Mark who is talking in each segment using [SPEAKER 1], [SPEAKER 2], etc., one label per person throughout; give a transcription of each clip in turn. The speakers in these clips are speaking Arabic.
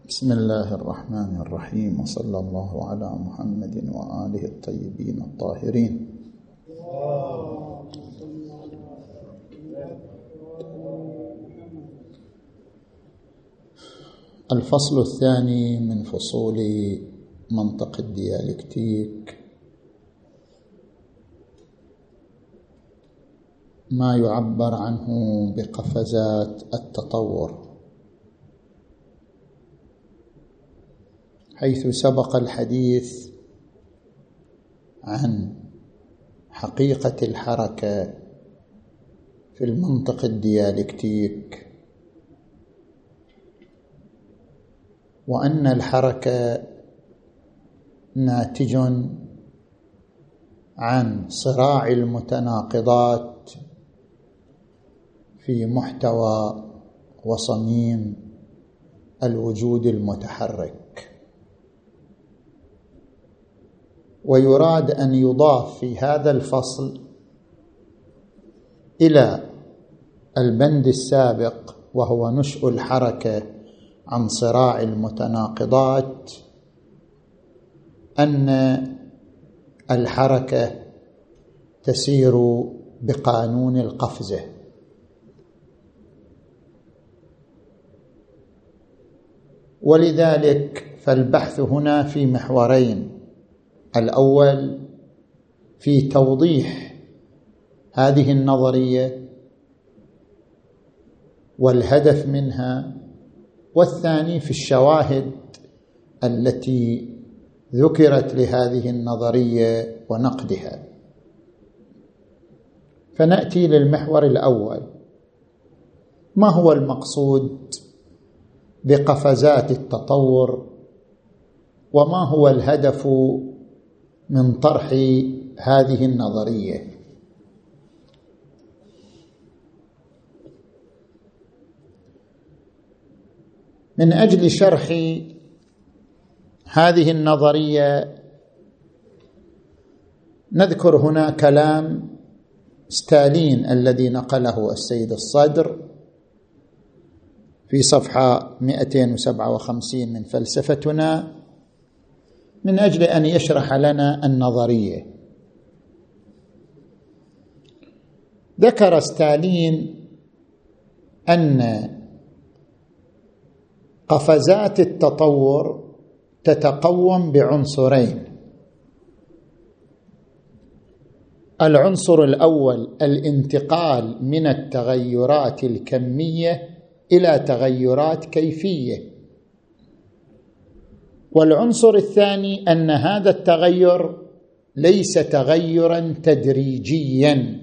[SPEAKER 1] بسم الله الرحمن الرحيم، وصلى الله على محمد وآله الطيبين الطاهرين. الفصل الثاني من فصول منطق الديالكتيك، ما يعبر عنه بقفزات التطور، حيث سبق الحديث عن حقيقة الحركة في المنطق الديالكتيك، وأن الحركة ناتج عن صراع المتناقضات في محتوى وصميم الوجود المتحرك. ويراد أن يضاف في هذا الفصل إلى البند السابق، وهو نشأ الحركة عن صراع المتناقضات، أن الحركة تسير بقانون القفزة، ولذلك فالبحث هنا في محورين: الأول في توضيح هذه النظرية والهدف منها، والثاني في الشواهد التي ذكرت لهذه النظرية ونقدها. فنأتي للمحور الأول: ما هو المقصود بقفزات التطور، وما هو الهدف من طرح هذه النظرية؟ من أجل شرح هذه النظرية نذكر هنا كلام ستالين الذي نقله السيد الصدر في صفحة 257 من فلسفتنا، من أجل أن يشرح لنا النظرية. ذكر ستالين أن قفزات التطور تتقوم بعنصرين: العنصر الأول الانتقال من التغيرات الكمية إلى تغيرات كيفية، والعنصر الثاني أن هذا التغير ليس تغيرا تدريجيا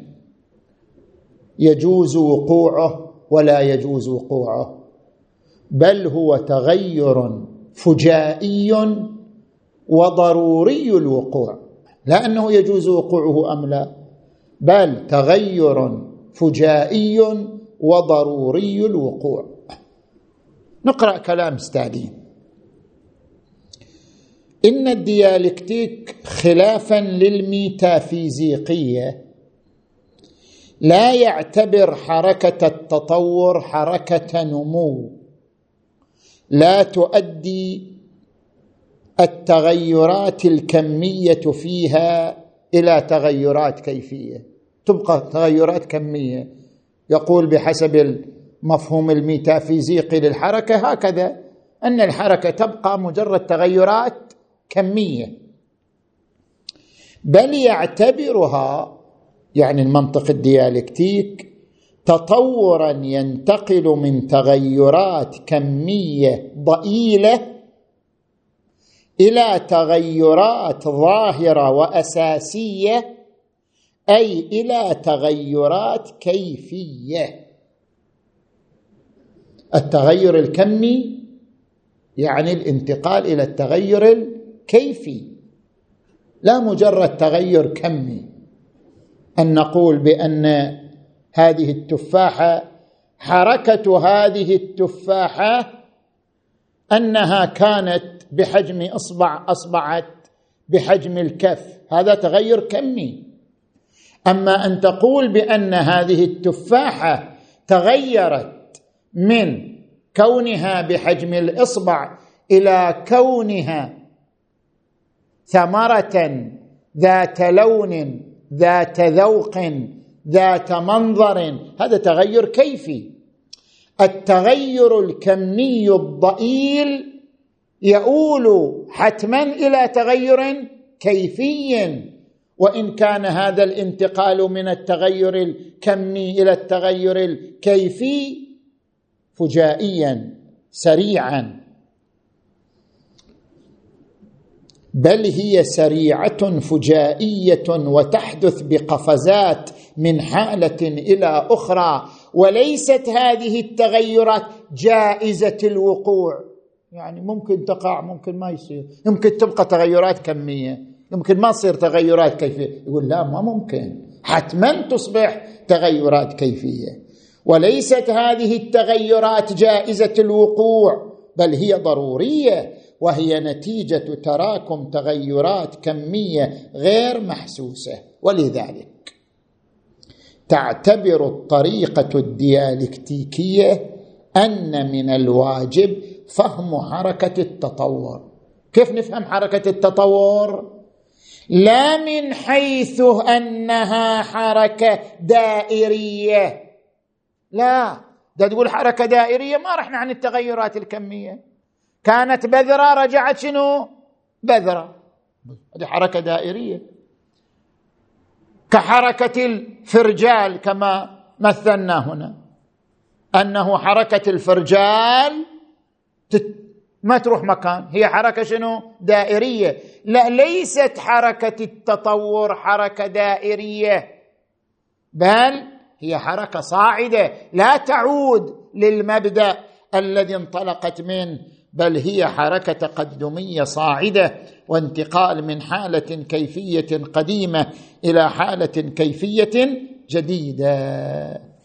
[SPEAKER 1] يجوز وقوعه ولا يجوز وقوعه، بل هو تغير فجائي وضروري الوقوع، لا أنه يجوز وقوعه أم لا، بل تغير فجائي وضروري الوقوع. نقرأ كلام ستالين: إن الديالكتيك خلافا للميتافيزيقية لا يعتبر حركة التطور حركة نمو، لا تؤدي التغيرات الكمية فيها إلى تغيرات كيفية، تبقى تغيرات كمية. يقول بحسب المفهوم الميتافيزيقي للحركة هكذا، أن الحركة تبقى مجرد تغيرات كمية، بل يعتبرها، يعني المنطق الديالكتيك، تطورا ينتقل من تغيرات كمية ضئيلة إلى تغيرات ظاهرة وأساسية، أي إلى تغيرات كيفية. التغير الكمي يعني الانتقال إلى التغير الكيفي، لا مجرد تغير كمي. أن نقول بأن هذه التفاحة، حركة هذه التفاحة أنها كانت بحجم إصبع أصبحت بحجم الكف، هذا تغير كمي. أما أن تقول بأن هذه التفاحة تغيرت من كونها بحجم الإصبع
[SPEAKER 2] إلى كونها ثمرة ذات لون ذات ذوق ذات منظر، هذا تغير كيفي. التغير الكمي الضئيل يؤول حتما إلى تغير كيفي، وإن كان هذا الانتقال من التغير الكمي إلى التغير الكيفي فجائيا سريعا، بل هي سريعة فجائية وتحدث بقفزات من حالة إلى أخرى، وليست هذه التغيرات جائزة الوقوع، يعني ممكن تقع ممكن ما يصير، يمكن تبقى تغيرات كمية، يمكن ما تصير تغيرات كيفية. يقول لا، ما ممكن، حتما تصبح تغيرات كيفية. وليست هذه التغيرات جائزة الوقوع، بل هي ضرورية، وهي نتيجة تراكم تغيرات كمية غير محسوسة. ولذلك تعتبر الطريقة الديالكتيكية أن من الواجب فهم حركة التطور. كيف نفهم حركة التطور؟ لا من حيث أنها حركة دائرية، لا، ده تقول حركة دائرية ما رحنا عن التغيرات الكمية، كانت بذرة رجعت شنو؟ بذرة، هذه حركة دائرية. كحركة الفرجال كما مثلنا هنا، أنه حركة الفرجال ما تروح مكان، هي حركة شنو؟ دائرية. لا، ليست حركة التطور حركة دائرية، بل هي حركة صاعدة لا تعود للمبدأ الذي انطلقت منه، بل هي حركة تقدمية صاعدة، وانتقال من حالة كيفية قديمة إلى حالة كيفية جديدة.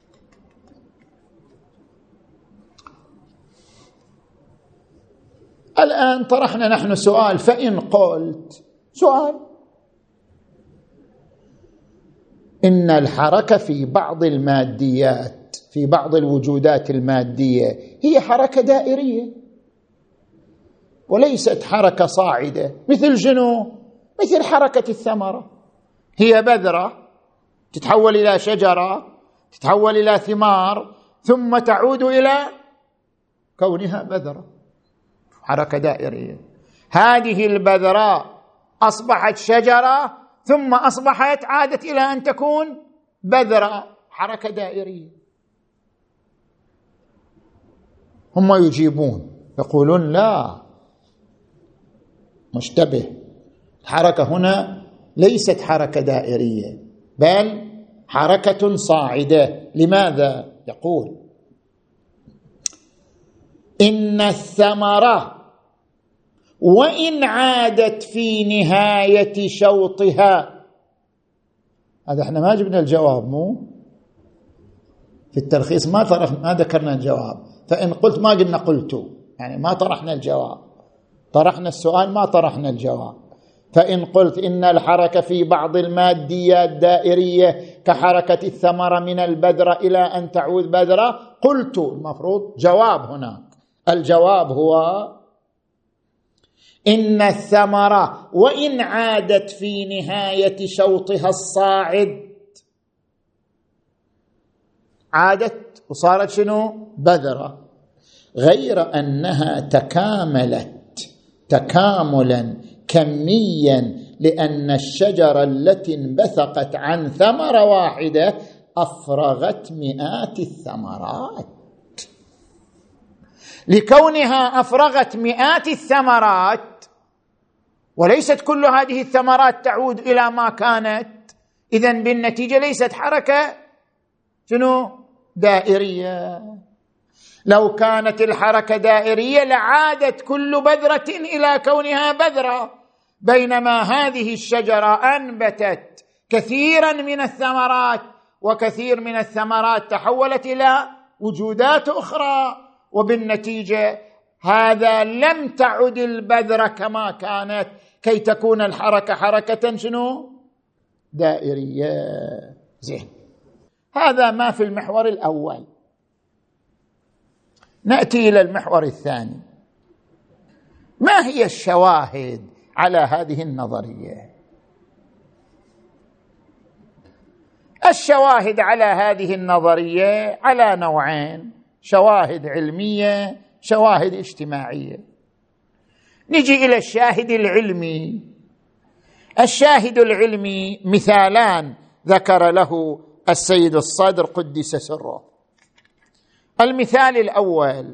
[SPEAKER 2] الآن طرحنا نحن سؤال، فإن قلت سؤال إن الحركة في بعض الماديات، في بعض الوجودات المادية، هي حركة دائرية وليست حركة صاعدة، مثل شنو؟ مثل حركة الثمرة، هي بذرة تتحول إلى شجرة، تتحول إلى ثمار، ثم تعود إلى كونها بذرة، حركة دائرية. هذه البذرة أصبحت شجرة، ثم أصبحت عادت إلى أن تكون بذرة، حركة دائرية. هم يجيبون يقولون لا، مشتبه، الحركة هنا ليست حركة دائرية بل حركة صاعدة. لماذا؟ يقول إن الثمرة وإن عادت في نهاية شوطها، هذا احنا ما جبنا الجواب، مو في التلخيص ما ذكرنا الجواب، فإن قلت ما قلنا قلت، يعني ما طرحنا الجواب، طرحنا السؤال ما طرحنا الجواب. فإن قلت إن الحركة في بعض الماديات دائرية كحركة الثمرة من البذرة إلى أن تعود بذرة، قلت المفروض جواب هناك. الجواب هو إن الثمرة وإن عادت في نهاية شوطها الصاعد، عادت وصارت شنو؟ بذرة، غير أنها تكاملت تكاملا كميا، لأن الشجرة التي انبثقت عن ثمرة واحدة أفرغت مئات الثمرات. لكونها أفرغت مئات الثمرات وليست كل هذه الثمرات تعود إلى ما كانت، إذن بالنتيجة ليست حركة شنو؟ دائرية. لو كانت الحركة دائرية لعادت كل بذرة إلى كونها بذرة، بينما هذه الشجرة أنبتت كثيرا من الثمرات، وكثير من الثمرات تحولت إلى وجودات أخرى، وبالنتيجة هذا لم تعد البذرة كما كانت كي تكون الحركة حركة شنو؟ دائرية. زين، هذا ما في المحور الأول. نأتي إلى المحور الثاني. ما هي الشواهد على هذه النظرية؟ الشواهد على هذه النظرية على نوعين: شواهد علمية، شواهد اجتماعية. نجي إلى الشاهد العلمي. الشاهد العلمي مثالان ذكر له السيد الصدر قدس سره. المثال الأول: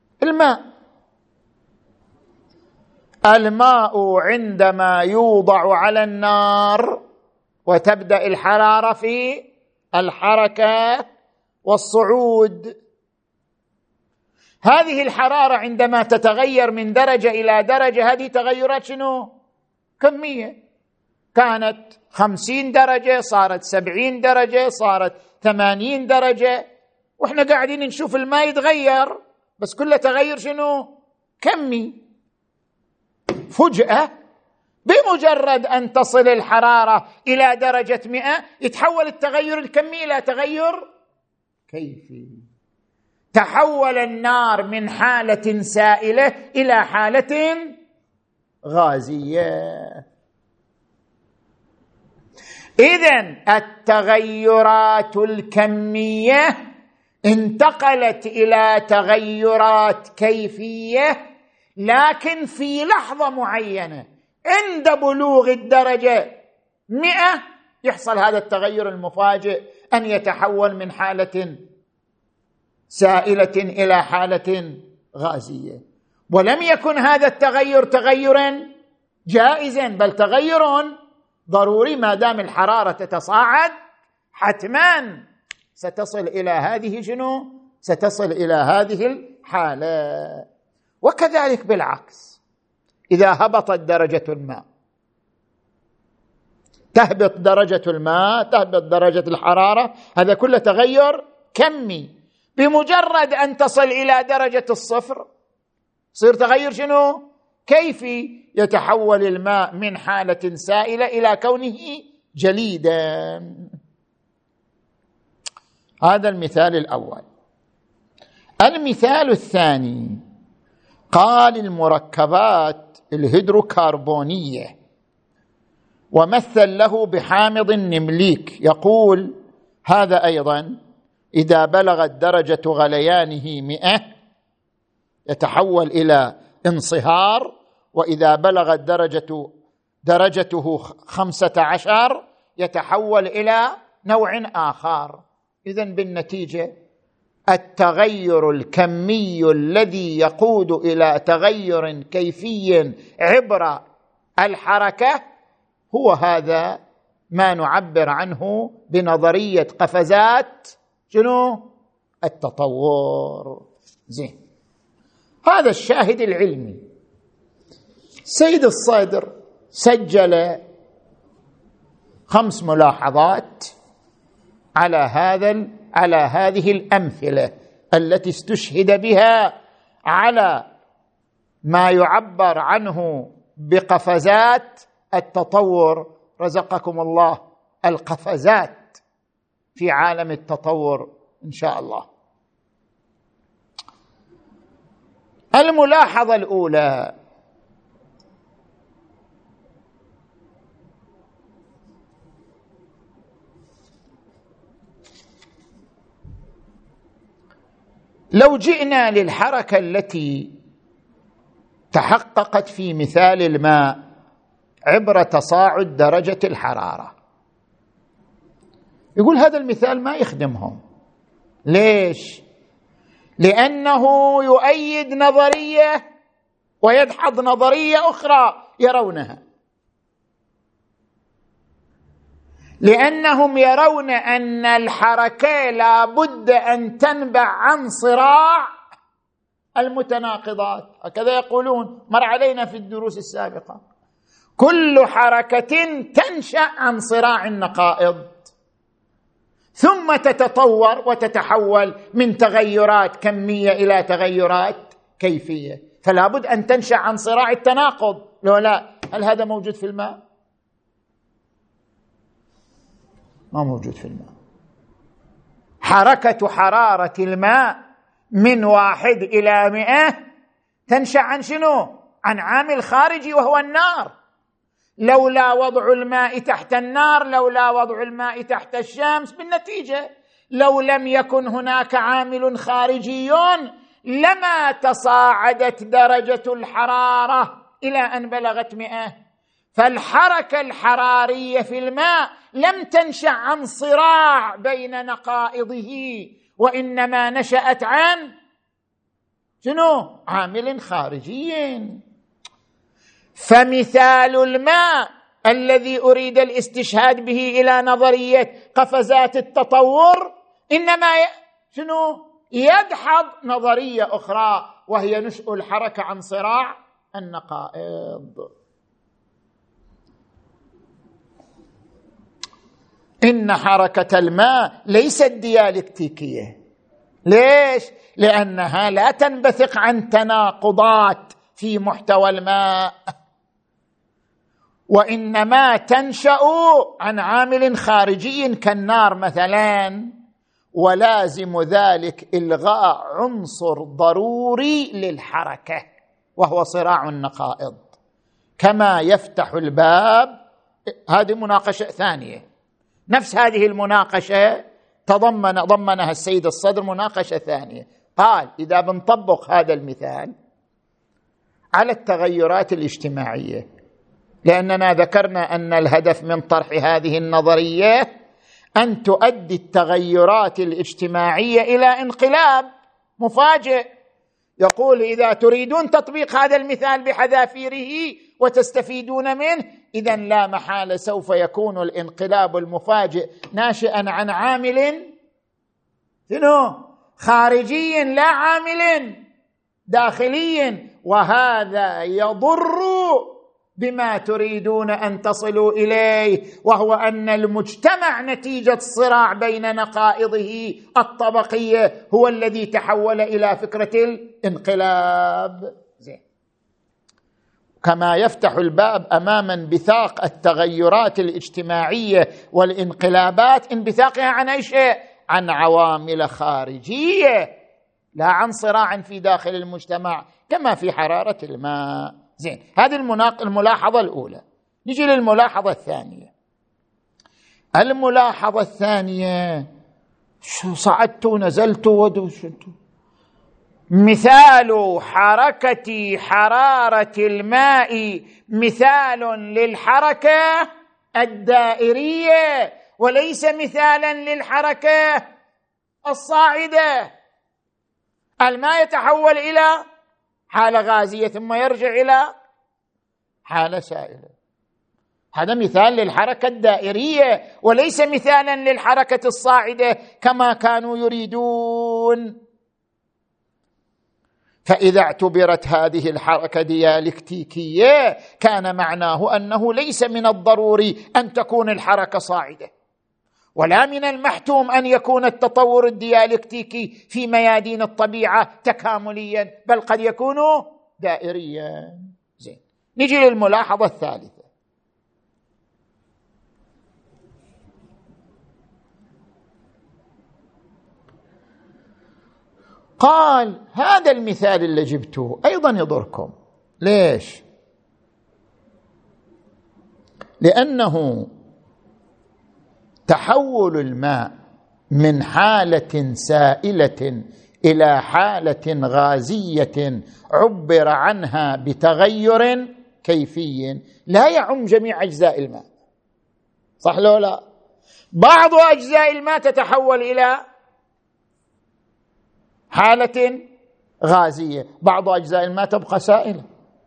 [SPEAKER 2] الماء عندما يوضع على النار وتبدأ الحرارة في الحركة والصعود، هذه الحرارة عندما تتغير من درجة إلى درجة، هذه تغيرات شنو؟ كمية. كانت 50 درجة صارت 70 درجة صارت 80 درجة، وإحنا قاعدين نشوف الماء يتغير، بس كله تغير شنو؟ كمي. فجأة بمجرد أن تصل الحرارة إلى درجة 100 يتحول التغير الكمي إلى تغير كيفي. تحول النار من حالة سائلة إلى حالة غازية. إذن التغيرات الكمية انتقلت إلى تغيرات كيفية، لكن في لحظة معينة عند بلوغ الدرجة 100 يحصل هذا التغير المفاجئ، أن يتحول من حالة سائلة إلى حالة غازية. ولم يكن هذا التغير تغيرا جائزا، بل تغير ضروري. ما دام الحرارة تتصاعد حتما ستصل إلى هذه شنو؟ ستصل إلى هذه الحالة. وكذلك بالعكس، إذا هبطت درجة الماء تهبط درجة الماء، تهبط درجة الحرارة، هذا كله تغير كمي. بمجرد أن تصل إلى درجة الصفر يصير تغير شنو؟ كيفي. يتحول الماء من حالة سائلة إلى كونه جليدا. هذا المثال الأول. المثال الثاني: قال المركبات الهيدروكربونية، ومثل له بحامض النمليك. يقول هذا أيضا إذا بلغت درجة غليانه 100 يتحول إلى انصهار، وإذا بلغت درجته 15 يتحول إلى نوع آخر. إذن بالنتيجة التغير الكمي الذي يقود إلى تغير كيفي عبر الحركة هو هذا ما نعبر عنه بنظرية قفزات شنو؟ التطور. زين، هذا الشاهد العلمي. سيد الصدر سجل 5 ملاحظات على هذه الأمثلة التي استشهد بها على ما يعبر عنه بقفزات التطور. رزقكم الله القفزات في عالم التطور إن شاء الله. الملاحظة الأولى: لو جئنا للحركة التي تحققت في مثال الماء عبر تصاعد درجة الحرارة، يقول هذا المثال ما يخدمهم. ليش؟ لأنه يؤيد نظرية ويدحض نظرية أخرى يرونها. لأنهم يرون أن الحركة لا بد أن تنبع عن صراع المتناقضات، هكذا يقولون، مر علينا في الدروس السابقة. كل حركة تنشأ عن صراع النقائض، ثم تتطور وتتحول من تغيرات كمية إلى تغيرات كيفية، فلا بد أن تنشأ عن صراع التناقض. لو لا، هل هذا موجود في الماء؟ ما موجود في الماء. حركة حرارة الماء من 1 إلى 100 تنشأ عن شنو؟ عن عامل خارجي وهو النار. لولا وضع الماء تحت النار، لولا وضع الماء تحت الشمس، بالنتيجة لو لم يكن هناك عامل خارجي لما تصاعدت درجة الحرارة إلى أن بلغت 100. فالحركة الحرارية في الماء لم تنشأ عن صراع بين نقائضه، وإنما نشأت عن شنو؟ عامل خارجي. فمثال الماء الذي أريد الاستشهاد به إلى نظرية قفزات التطور إنما شنو؟ يدحض نظرية أخرى وهي نشأ الحركة عن صراع النقائض. إن حركة الماء ليست ديالكتيكية. ليش؟ لأنها لا تنبثق عن تناقضات في محتوى الماء، وإنما تنشأ عن عامل خارجي كالنار مثلا، ولازم ذلك إلغاء عنصر ضروري للحركة وهو صراع النقائض. كما يفتح الباب، هذه مناقشة ثانية. نفس هذه المناقشة ضمنها السيد الصدر مناقشة ثانية. قال إذا بنطبق هذا المثال على التغيرات الاجتماعية، لأننا ذكرنا أن الهدف من طرح هذه النظرية أن تؤدي التغيرات الاجتماعية إلى انقلاب مفاجئ. يقول إذا تريدون تطبيق هذا المثال بحذافيره وتستفيدون منه، إذن لا محالة سوف يكون الانقلاب المفاجئ ناشئا عن عامل خارجي لا عامل داخلي، وهذا يضر بما تريدون أن تصلوا إليه، وهو أن المجتمع نتيجة صراع بين نقائضه الطبقية هو الذي تحول إلى فكرة الانقلاب. كما يفتح الباب أمام انبثاق التغيرات الاجتماعية والانقلابات انبثاقها عن أي شيء؟ عن عوامل خارجية، لا عن صراع في داخل المجتمع كما في حرارة الماء. زين، هذه الملاحظة الأولى. نجي للملاحظة الثانية. الملاحظة الثانية، شو صعدت ونزلت ودوشت. مثال حركة حرارة الماء مثال للحركة الدائرية وليس مثالا للحركة الصاعدة. الماء يتحول إلى حالة غازية ثم يرجع إلى حالة سائلة. هذا مثال للحركة الدائرية وليس مثالا للحركة الصاعدة كما كانوا يريدون. فإذا اعتبرت هذه الحركة ديالكتيكية كان معناه أنه ليس من الضروري أن تكون الحركة صاعدة، ولا من المحتوم أن يكون التطور الديالكتيكي في ميادين الطبيعة تكامليا، بل قد يكون دائريا. زين، نجي للملاحظة الثالثة. قال هذا المثال اللي جبته أيضا يضركم. ليش؟ لأنه تحول الماء من حالة سائلة إلى حالة غازية عبر عنها بتغير كيفي لا يعم جميع أجزاء الماء، صح لو لا؟ بعض أجزاء الماء تتحول إلى حالة غازية، بعض أجزاء الماء تبقى سائلة،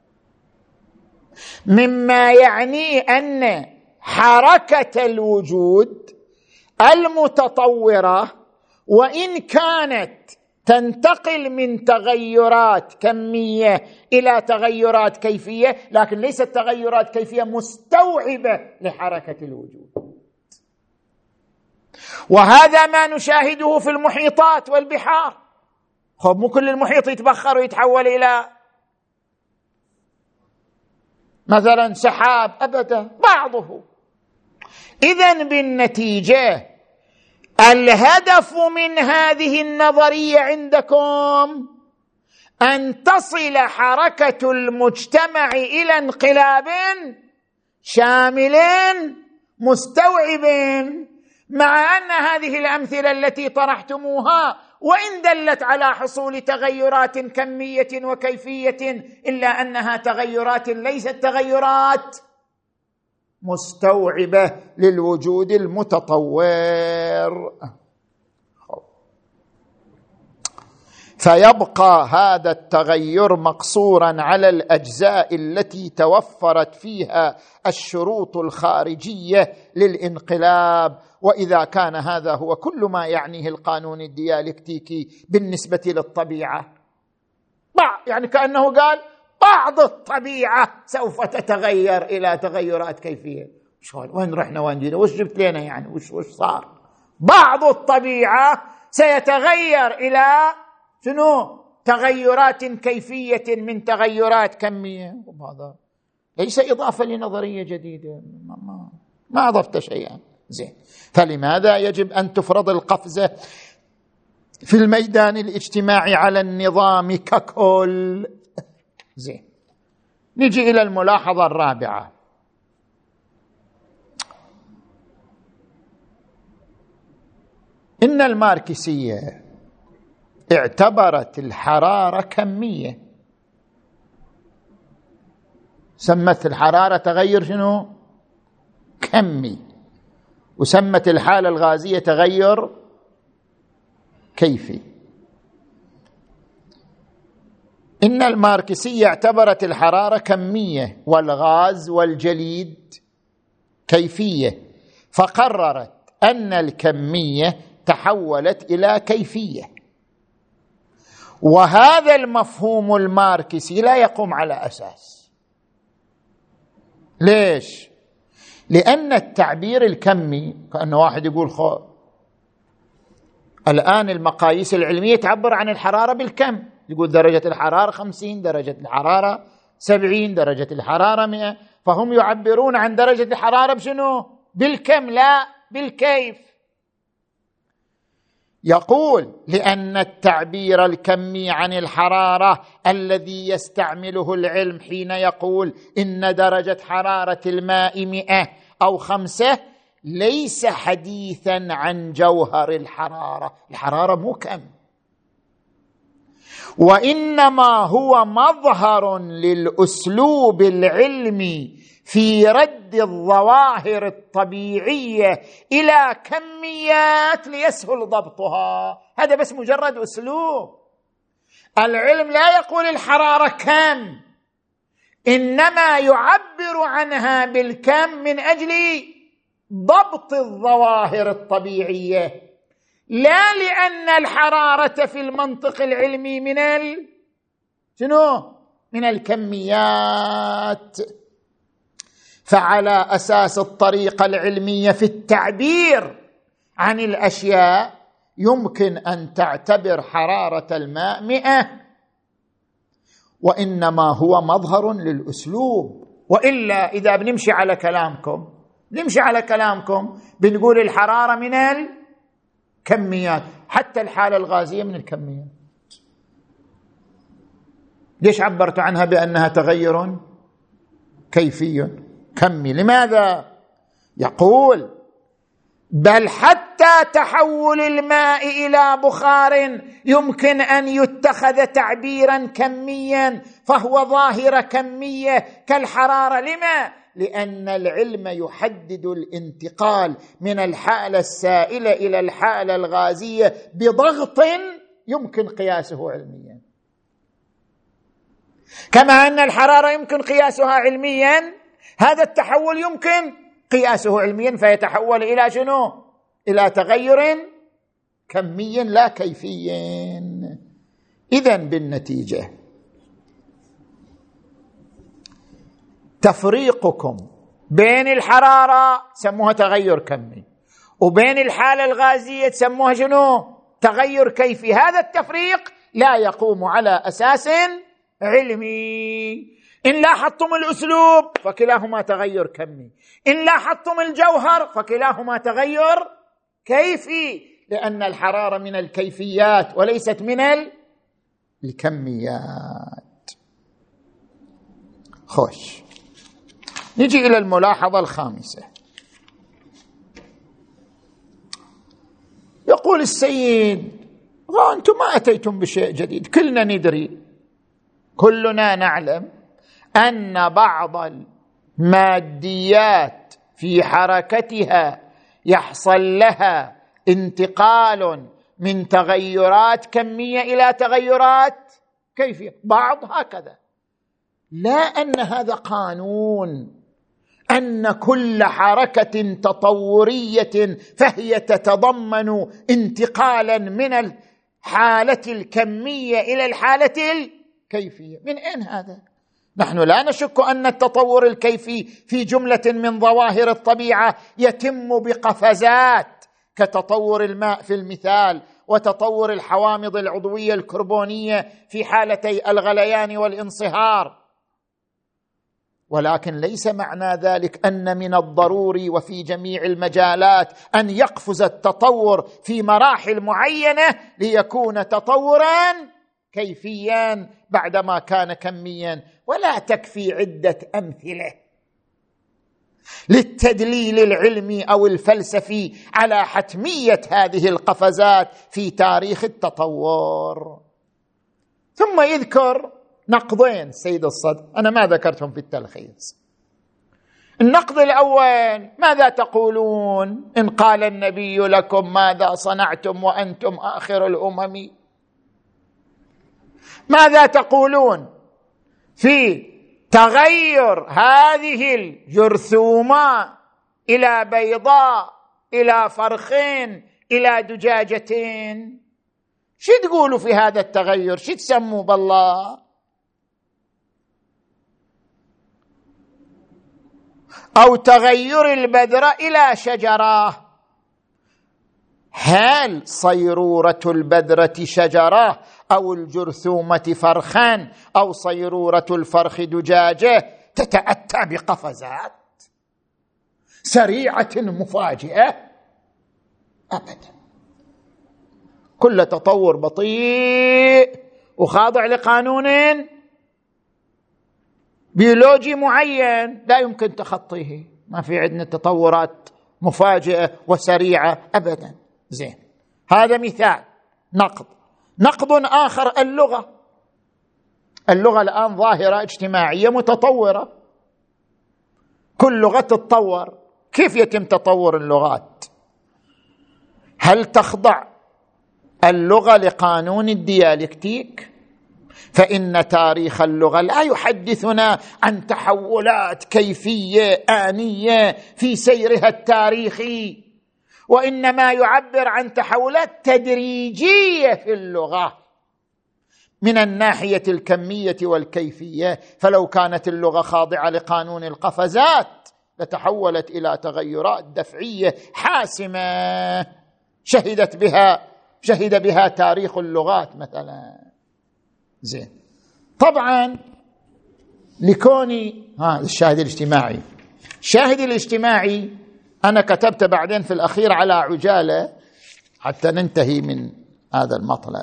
[SPEAKER 2] مما يعني أن حركة الوجود المتطورة وإن كانت تنتقل من تغيرات كمية إلى تغيرات كيفية، لكن ليست تغيرات كيفية مستوعبة لحركة الوجود. وهذا ما نشاهده في المحيطات والبحار. خب مو كل المحيط يتبخر ويتحول إلى مثلا سحاب، أبدا، بعضه. إذن بالنتيجة الهدف من هذه النظرية عندكم أن تصل حركة المجتمع إلى انقلاب شامل مستوعب، مع أن هذه الأمثلة التي طرحتموها وإن دلت على حصول تغيرات كمية وكيفية إلا أنها تغيرات ليست تغيرات مستوعبة للوجود المتطور. فيبقى هذا التغير مقصورا على الأجزاء التي توفرت فيها الشروط الخارجية للانقلاب. وإذا كان هذا هو كل ما يعنيه القانون الديالكتيكي بالنسبة للطبيعة، يعني كأنه قال بعض الطبيعة سوف تتغير إلى تغيرات كيفية. وين رحنا وين جينا؟ وش جبت لنا يعني؟ وش صار؟ بعض الطبيعة سيتغير إلى شنو؟ تغيرات كيفية من تغيرات كمية. وهذا ليس إضافة لنظرية جديدة، ما أضفت شيئا. زين، فلماذا يجب أن تفرض القفزة في الميدان الاجتماعي على النظام ككل؟ زين، نجي إلى الملاحظة الرابعة. إن الماركسية اعتبرت الحرارة كمية، سمت الحرارة تغير شنو؟ كمي، وسمت الحالة الغازية تغير كيفي. إن الماركسية اعتبرت الحرارة كمية والغاز والجليد كيفية، فقررت أن الكمية تحولت إلى كيفية. وهذا المفهوم الماركسي لا يقوم على أساس. ليش؟ لأن التعبير الكمي كأنه واحد يقول الآن المقاييس العلمية تعبر عن الحرارة بالكم، يقول درجة الحرارة 50، درجة الحرارة 70، درجة الحرارة 100، فهم يعبرون عن درجة الحرارة بشنو؟ بالكم لا بالكيف. يقول لأن التعبير الكمي عن الحرارة الذي يستعمله العلم حين يقول إن درجة حرارة الماء 100 أو 5 ليس حديثا عن جوهر الحرارة. الحرارة مو كم، وإنما هو مظهر للأسلوب العلمي في رد الظواهر الطبيعية إلى كميات ليسهل ضبطها. هذا بس مجرد أسلوب. العلم لا يقول الحرارة كم، إنما يعبر عنها بالكم من أجل ضبط الظواهر الطبيعية، لا لأن الحرارة في المنطق العلمي من الكميات. فعلى أساس الطريقة العلمية في التعبير عن الأشياء يمكن أن تعتبر حرارة الماء 100، وإنما هو مظهر للأسلوب. وإلا إذا بنمشي على كلامكم بنقول الحرارة من الكميات، حتى الحالة الغازية من الكميات. ليش عبرت عنها بأنها تغير كيفي كمي؟ لماذا؟ يقول بل حتى تحول الماء إلى بخار يمكن أن يتخذ تعبيرا كميا، فهو ظاهرة كمية كالحرارة. لما؟ لأن العلم يحدد الانتقال من الحالة السائلة إلى الحالة الغازية بضغط يمكن قياسه علميا، كما أن الحرارة يمكن قياسها علميا، هذا التحول يمكن قياسه علميا، فيتحول إلى شنو؟ إلى تغير كمي لا كيفي. إذن بالنتيجة تفريقكم بين الحرارة سموها تغير كمي، وبين الحالة الغازية سموها شنو؟ تغير كيفي. هذا التفريق لا يقوم على أساس علمي. إن لاحظتم الأسلوب فكلاهما تغير كمي، إن لاحظتم الجوهر فكلاهما تغير كيفي، لأن الحرارة من الكيفيات وليست من الكميات. خوش، نجي إلى الملاحظة الخامسة. يقول السيد: أنتم ما أتيتم بشيء جديد، كلنا ندري، كلنا نعلم أن بعض الماديات في حركتها يحصل لها انتقال من تغيرات كمية إلى تغيرات كيفية، بعض هكذا. لا أن هذا قانون، أن كل حركة تطورية فهي تتضمن انتقالا من الحالة الكمية إلى الحالة الكيفية. من أين هذا؟ نحن لا نشك أن التطور الكيفي في جملة من ظواهر الطبيعة يتم بقفزات، كتطور الماء في المثال، وتطور الحوامض العضوية الكربونية في حالتي الغليان والانصهار. ولكن ليس معنى ذلك أن من الضروري وفي جميع المجالات أن يقفز التطور في مراحل معينة ليكون تطورا كيفيا بعدما كان كميا. ولا تكفي عدة أمثلة للتدليل العلمي أو الفلسفي على حتمية هذه القفزات في تاريخ التطور. ثم يذكر نقضين سيد الصدر، أنا ما ذكرتهم في التلخيص. النقض الأول: ماذا تقولون إن قال النبي لكم ماذا صنعتم وأنتم آخر الأمم؟ ماذا تقولون في تغير هذه الجرثومة إلى بيضاء، إلى فرخين، إلى دجاجتين؟ شو تقولوا في هذا التغير؟ شو تسموا بالله؟ أو تغير البذرة إلى شجرة. هل صيرورة البذرة شجرة، أو الجرثومة فرخا، أو صيرورة الفرخ دجاجة تتأتى بقفزات سريعة مفاجئة؟ أبدا. كل تطور بطيء وخاضع لقانون بيولوجي معين لا يمكن تخطيه. ما في عندنا تطورات مفاجئة وسريعة أبدا. زين، هذا مثال. نقد آخر: اللغة الآن ظاهرة اجتماعية متطورة، كل لغة تتطور. كيف يتم تطور اللغات؟ هل تخضع اللغة لقانون الديالكتيك؟ فإن تاريخ اللغة لا يحدثنا عن تحولات كيفية آنية في سيرها التاريخي، وإنما يعبر عن تحولات تدريجية في اللغة من الناحية الكمية والكيفية. فلو كانت اللغة خاضعة لقانون القفزات لتحولت إلى تغيرات دفعية حاسمة شهد بها تاريخ اللغات مثلا. زين، طبعا لكوني الشاهد الاجتماعي أنا كتبت بعدين في الأخير على عجالة حتى ننتهي من هذا المطلب.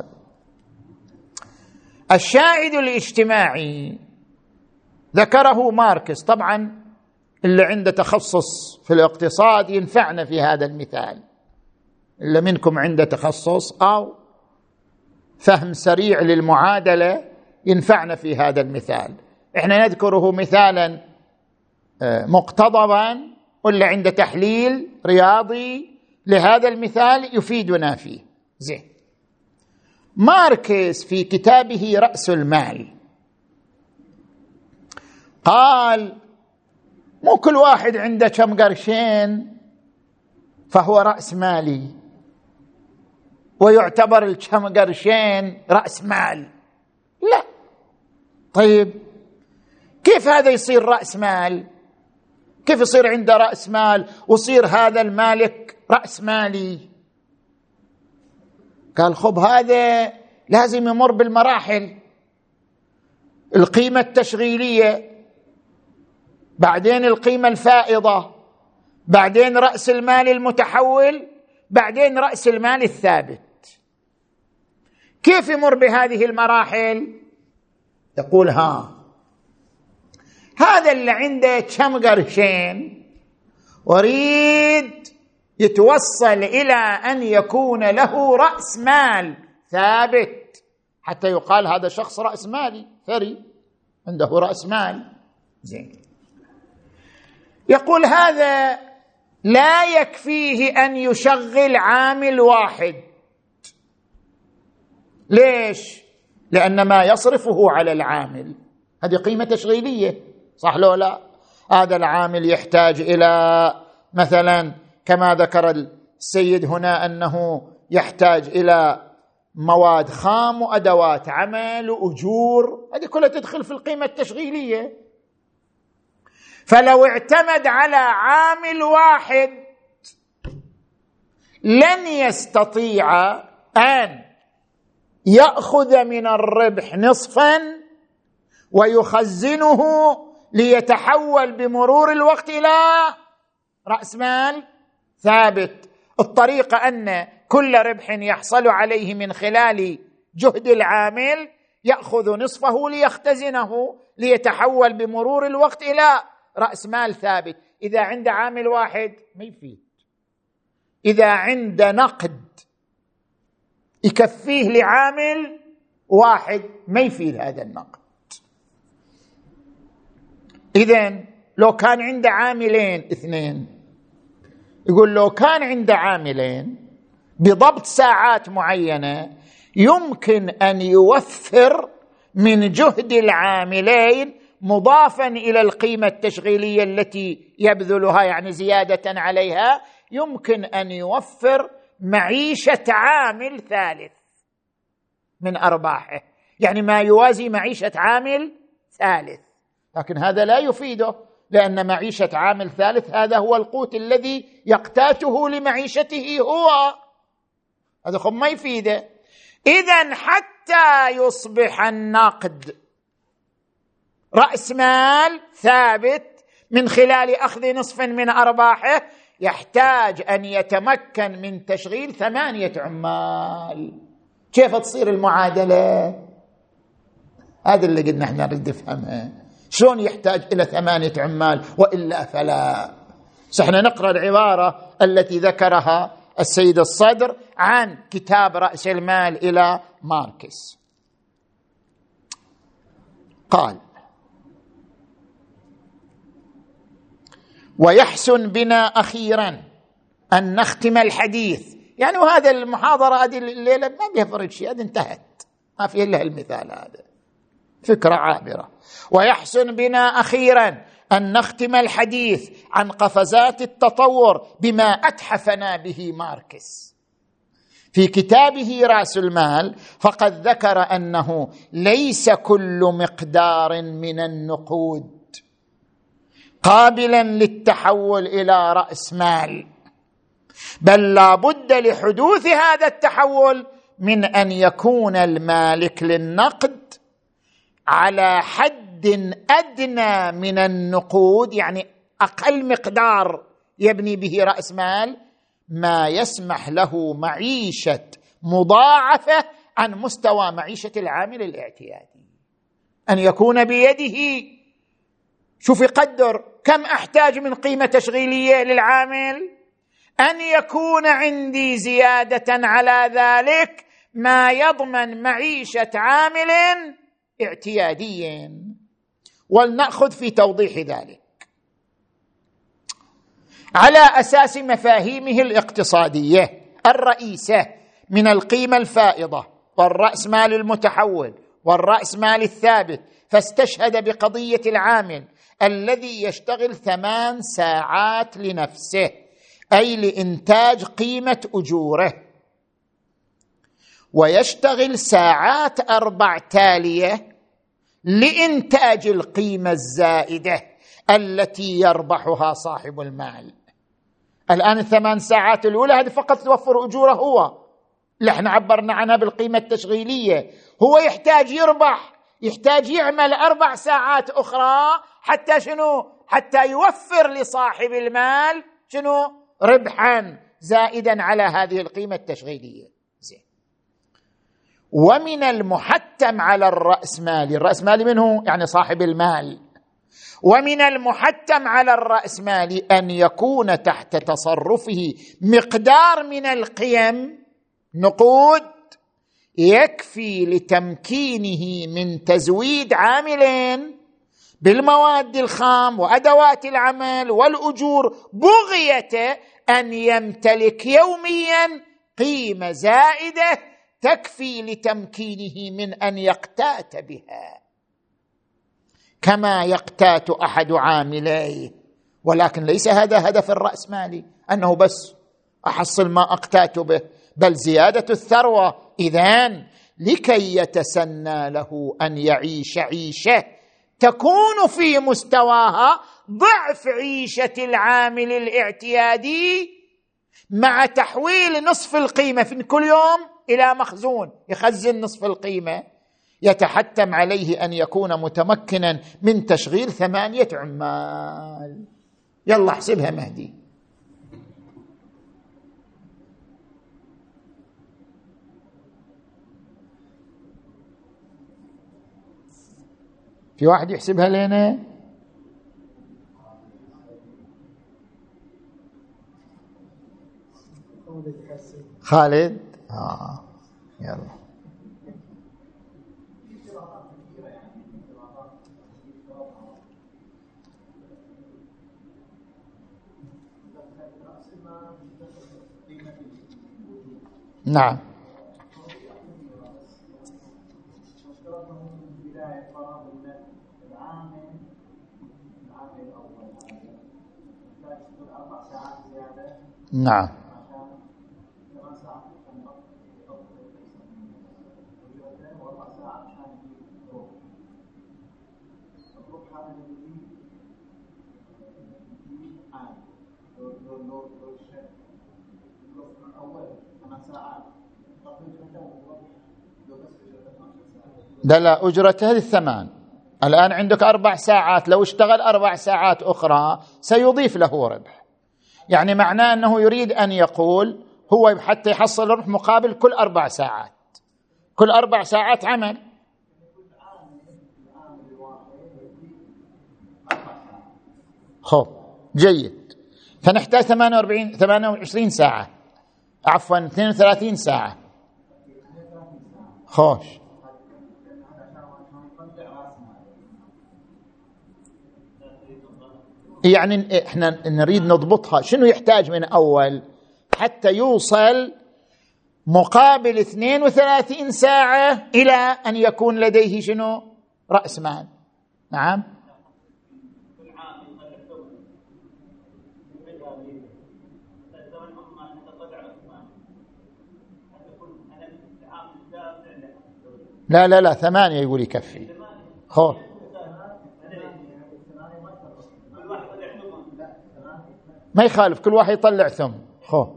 [SPEAKER 2] الشاهد الاجتماعي ذكره ماركس. طبعا اللي عنده تخصص في الاقتصاد ينفعنا في هذا المثال، اللي منكم عنده تخصص أو فهم سريع للمعادلة ينفعنا في هذا المثال. احنا نذكره مثالا مقتضبا، واللي عنده تحليل رياضي لهذا المثال يفيدنا فيه. زين، ماركس في كتابه رأس المال قال: مو كل واحد عنده كم قرشين فهو رأس مالي ويعتبر الكم قرشين رأس مال. لا. طيب كيف هذا يصير رأس مال؟ كيف يصير عنده رأس مال ويصير هذا المالك رأس مالي؟ قال: خب هذا لازم يمر بالمراحل: القيمة التشغيلية، بعدين القيمة الفائضة، بعدين رأس المال المتحول، بعدين رأس المال الثابت. كيف يمر بهذه المراحل؟ يقول هذا اللي عنده كم قرشين وريد يتوصل إلى أن يكون له رأس مال ثابت حتى يقال هذا شخص رأس مالي ثري عنده رأس مال زين. يقول هذا لا يكفيه أن يشغل عامل واحد. ليش؟ لأن ما يصرفه على العامل هذه قيمة تشغيلية، صح لو لا؟ هذا العامل يحتاج إلى مثلا كما ذكر السيد هنا أنه يحتاج إلى مواد خام وأدوات عمل وأجور، هذه كلها تدخل في القيمة التشغيلية. فلو اعتمد على عامل واحد لن يستطيع أن يأخذ من الربح نصفا ويخزنه ليتحول بمرور الوقت إلى رأس مال ثابت. الطريقة أن كل ربح يحصل عليه من خلال جهد العامل يأخذ نصفه ليختزنه ليتحول بمرور الوقت إلى رأس مال ثابت. إذا عند عامل واحد ما يفيد، إذا عند نقد يكفيه لعامل واحد ما يفيد هذا النقد. إذن لو كان عند عاملين اثنين، يقول لو كان عند عاملين بضبط ساعات معينة يمكن أن يوفر من جهد العاملين مضافا إلى القيمة التشغيلية التي يبذلها يعني زيادة عليها، يمكن أن يوفر معيشة عامل ثالث من أرباحه، يعني ما يوازي معيشة عامل ثالث. لكن هذا لا يفيده لأن معيشة عامل ثالث هذا هو القوت الذي يقتاته لمعيشته هو، هذا خب ما يفيده. إذن حتى يصبح النقد رأس مال ثابت من خلال أخذ نصف من أرباحه يحتاج أن يتمكن من تشغيل 8 عمال. كيف تصير المعادلة؟ هذا اللي قلنا احنا نريد نفهمها، شلون يحتاج إلى 8 عمال وإلا فلا. سحنا نقرأ العبارة التي ذكرها السيد الصدر عن كتاب رأس المال إلى ماركس. قال: ويحسن بنا أخيرا أن نختم الحديث، يعني وهذا المحاضرة هذه الليلة ما بيها فرق شيء، هذه انتهت، ما في إلا المثال هذا، فكرة عابرة. ويحسن بنا أخيرا أن نختم الحديث عن قفزات التطور بما أتحفنا به ماركس في كتابه رأس المال، فقد ذكر أنه ليس كل مقدار من النقود قابلا للتحول إلى رأس مال، بل لا بد لحدوث هذا التحول من أن يكون المالك للنقد على حد أدنى من النقود، يعني أقل مقدار يبني به رأس مال، ما يسمح له معيشة مضاعفة عن مستوى معيشة العامل الاعتيادي. أن يكون بيده، شوف يقدر كم أحتاج من قيمة تشغيلية للعامل، أن يكون عندي زيادة على ذلك ما يضمن معيشة عامل اعتيادي. ولنأخذ في توضيح ذلك على أساس مفاهيمه الاقتصادية الرئيسة من القيمة الفائضة والرأس مال المتحول والرأس مال الثابت، فاستشهد بقضية العامل الذي يشتغل 8 ساعات لنفسه، أي لإنتاج قيمة أجوره، ويشتغل ساعات 4 تالية لإنتاج القيمة الزائدة التي يربحها صاحب المال. الآن 8 ساعات الأولى هذه فقط توفر أجوره هو، اللي احنا عبرنا عنها بالقيمة التشغيلية. هو يحتاج يربح، يحتاج يعمل 4 ساعات أخرى حتى شنو؟ حتى يوفر لصاحب المال شنو؟ ربحا زائدا على هذه القيمة التشغيلية. زين. ومن المحتم على الرأسمالي، الرأسمالي منه يعني صاحب المال، ومن المحتم على الرأسمالي أن يكون تحت تصرفه مقدار من القيم نقود يكفي لتمكينه من تزويد عاملين بالمواد الخام وأدوات العمل والأجور، بغية أن يمتلك يوميا قيمة زائدة تكفي لتمكينه من أن يقتات بها كما يقتات أحد عامليه. ولكن ليس هذا هدف الرأسمالي أنه بس أحصل ما أقتات به، بل زيادة الثروة. إذن لكي يتسنى له أن يعيش عيشة تكون في مستواها ضعف عيشة العامل الاعتيادي، مع تحويل نصف القيمة في كل يوم إلى مخزون يخزن نصف القيمة، يتحتم عليه أن يكون متمكنا من تشغيل 8 عمال. يلا احسبها مهدي. في واحد يحسبها لنا؟ خالد؟ يلا. نعم. نعم. لا أجرة هذه 8. الآن عندك 4 ساعات، لو اشتغل 4 ساعات أخرى سيضيف له ربح. يعني معناه أنه يريد أن يقول هو حتى يحصل ربح مقابل كل 4 ساعات، كل 4 ساعات عمل. خب جيد، فنحتاج 28 ساعة، عفوا 32 ساعة. خوش، يعني احنا نريد نضبطها. شنو يحتاج من أول حتى يوصل مقابل 32 ساعة إلى أن يكون لديه شنو؟ رأس مال. نعم. لا 8 يقول يكفي. خو ما يخالف، كل واحد يطلع ثم. خو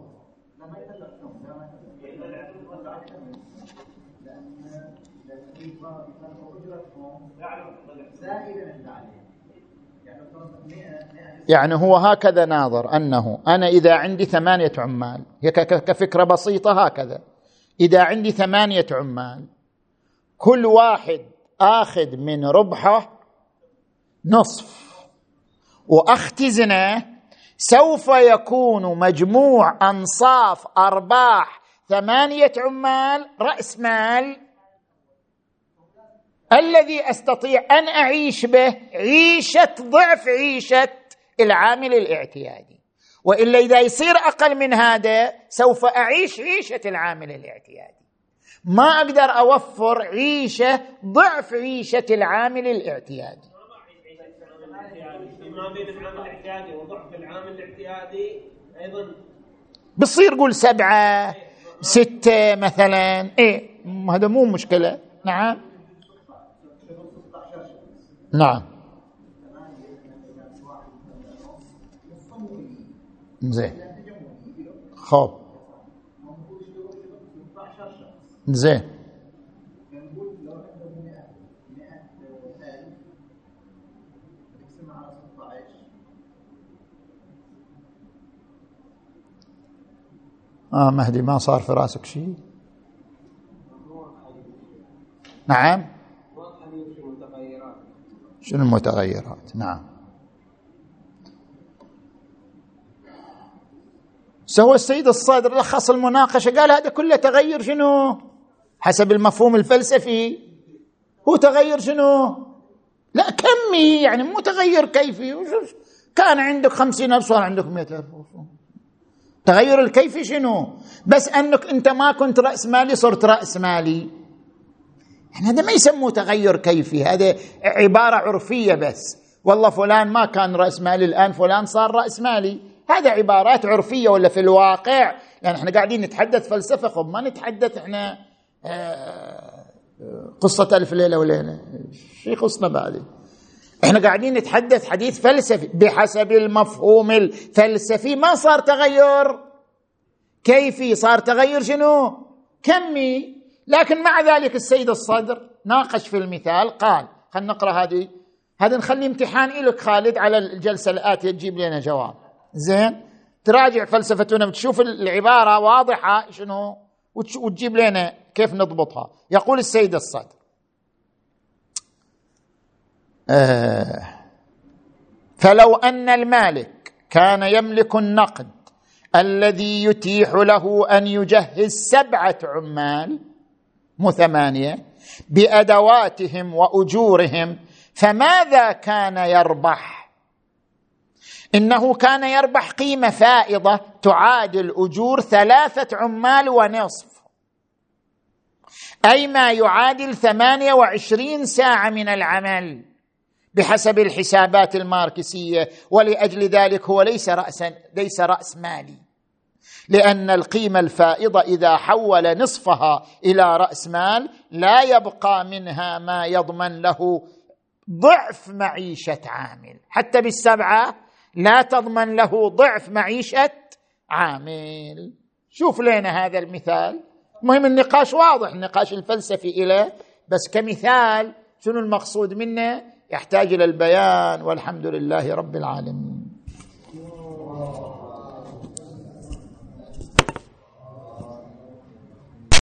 [SPEAKER 2] يعني هو هكذا ناظر أنه أنا إذا عندي 8 عمال، هي كفكرة بسيطة هكذا، إذا عندي 8 عمال كل واحد آخذ من ربحه نصف وأختزنه، سوف يكون مجموع أنصاف أرباح 8 عمال رأس مال الذي أستطيع أن أعيش به عيشة ضعف عيشة العامل الاعتيادي. وإلا إذا يصير أقل من هذا سوف أعيش عيشة العامل الاعتيادي، ما أقدر أوفر عيشة ضعف عيشة العامل الاعتيادي. ما بين العامل الاعتيادي وضعف العامل الاعتيادي أيضا بصير قول 7 6 مثلا. هذا مو مشكلة. نعم نعم. زين. خب زين. مهدي ما صار في راسك شيء؟ نعم. شنو المتغيرات؟ نعم. سوى السيد الصدر لخص المناقشة، قال هذا كله تغير شنو؟ حسب المفهوم الفلسفي هو تغير شنو؟ لا كمي، يعني مو تغير كيفي. كان عندك 50,000 صار عندك 100,000. تغير الكيفي شنو؟ بس أنك أنت ما كنت رأس مالي صرت رأس مالي، يعني هذا ما يسموه تغير كيفي، هذا عبارة عرفية بس. والله فلان ما كان رأس مالي الآن فلان صار رأس مالي، هذا عبارات عرفية. ولا في الواقع يعني احنا قاعدين نتحدث فلسفة، خب ما نتحدث احنا قصة ألف ليلة وليلة، شي خصنا بعد. احنا قاعدين نتحدث حديث فلسفي بحسب المفهوم الفلسفي، ما صار تغير كيفي، صار تغير شنو؟ كمي. لكن مع ذلك السيد الصدر ناقش في المثال، قال خلينا نقرأ هذه نخلي امتحان إلك خالد على الجلسة الآتية تجيب لنا جواب. زين، تراجع فلسفتنا وتشوف العبارة واضحة شنو وتجيب لنا كيف نضبطها. يقول السيد الصدر: فلو أن المالك كان يملك النقد الذي يتيح له أن يجهز 7 عمال مو 8 بأدواتهم وأجورهم، فماذا كان يربح؟ إنه كان يربح قيمة فائضة تعادل أجور 3 عمال ونصف، أي ما يعادل 28 ساعة من العمل بحسب الحسابات الماركسية. ولأجل ذلك هو ليس رأس مالي، لأن القيمة الفائضة إذا حول نصفها إلى رأس مال لا يبقى منها ما يضمن له ضعف معيشة عامل، حتى بال7 لا تضمن له ضعف معيشة عامل. شوف لنا هذا المثال. مهم النقاش واضح، النقاش الفلسفي إليه، بس كمثال شنو المقصود منه يحتاج إلى البيان، والحمد لله رب العالمين.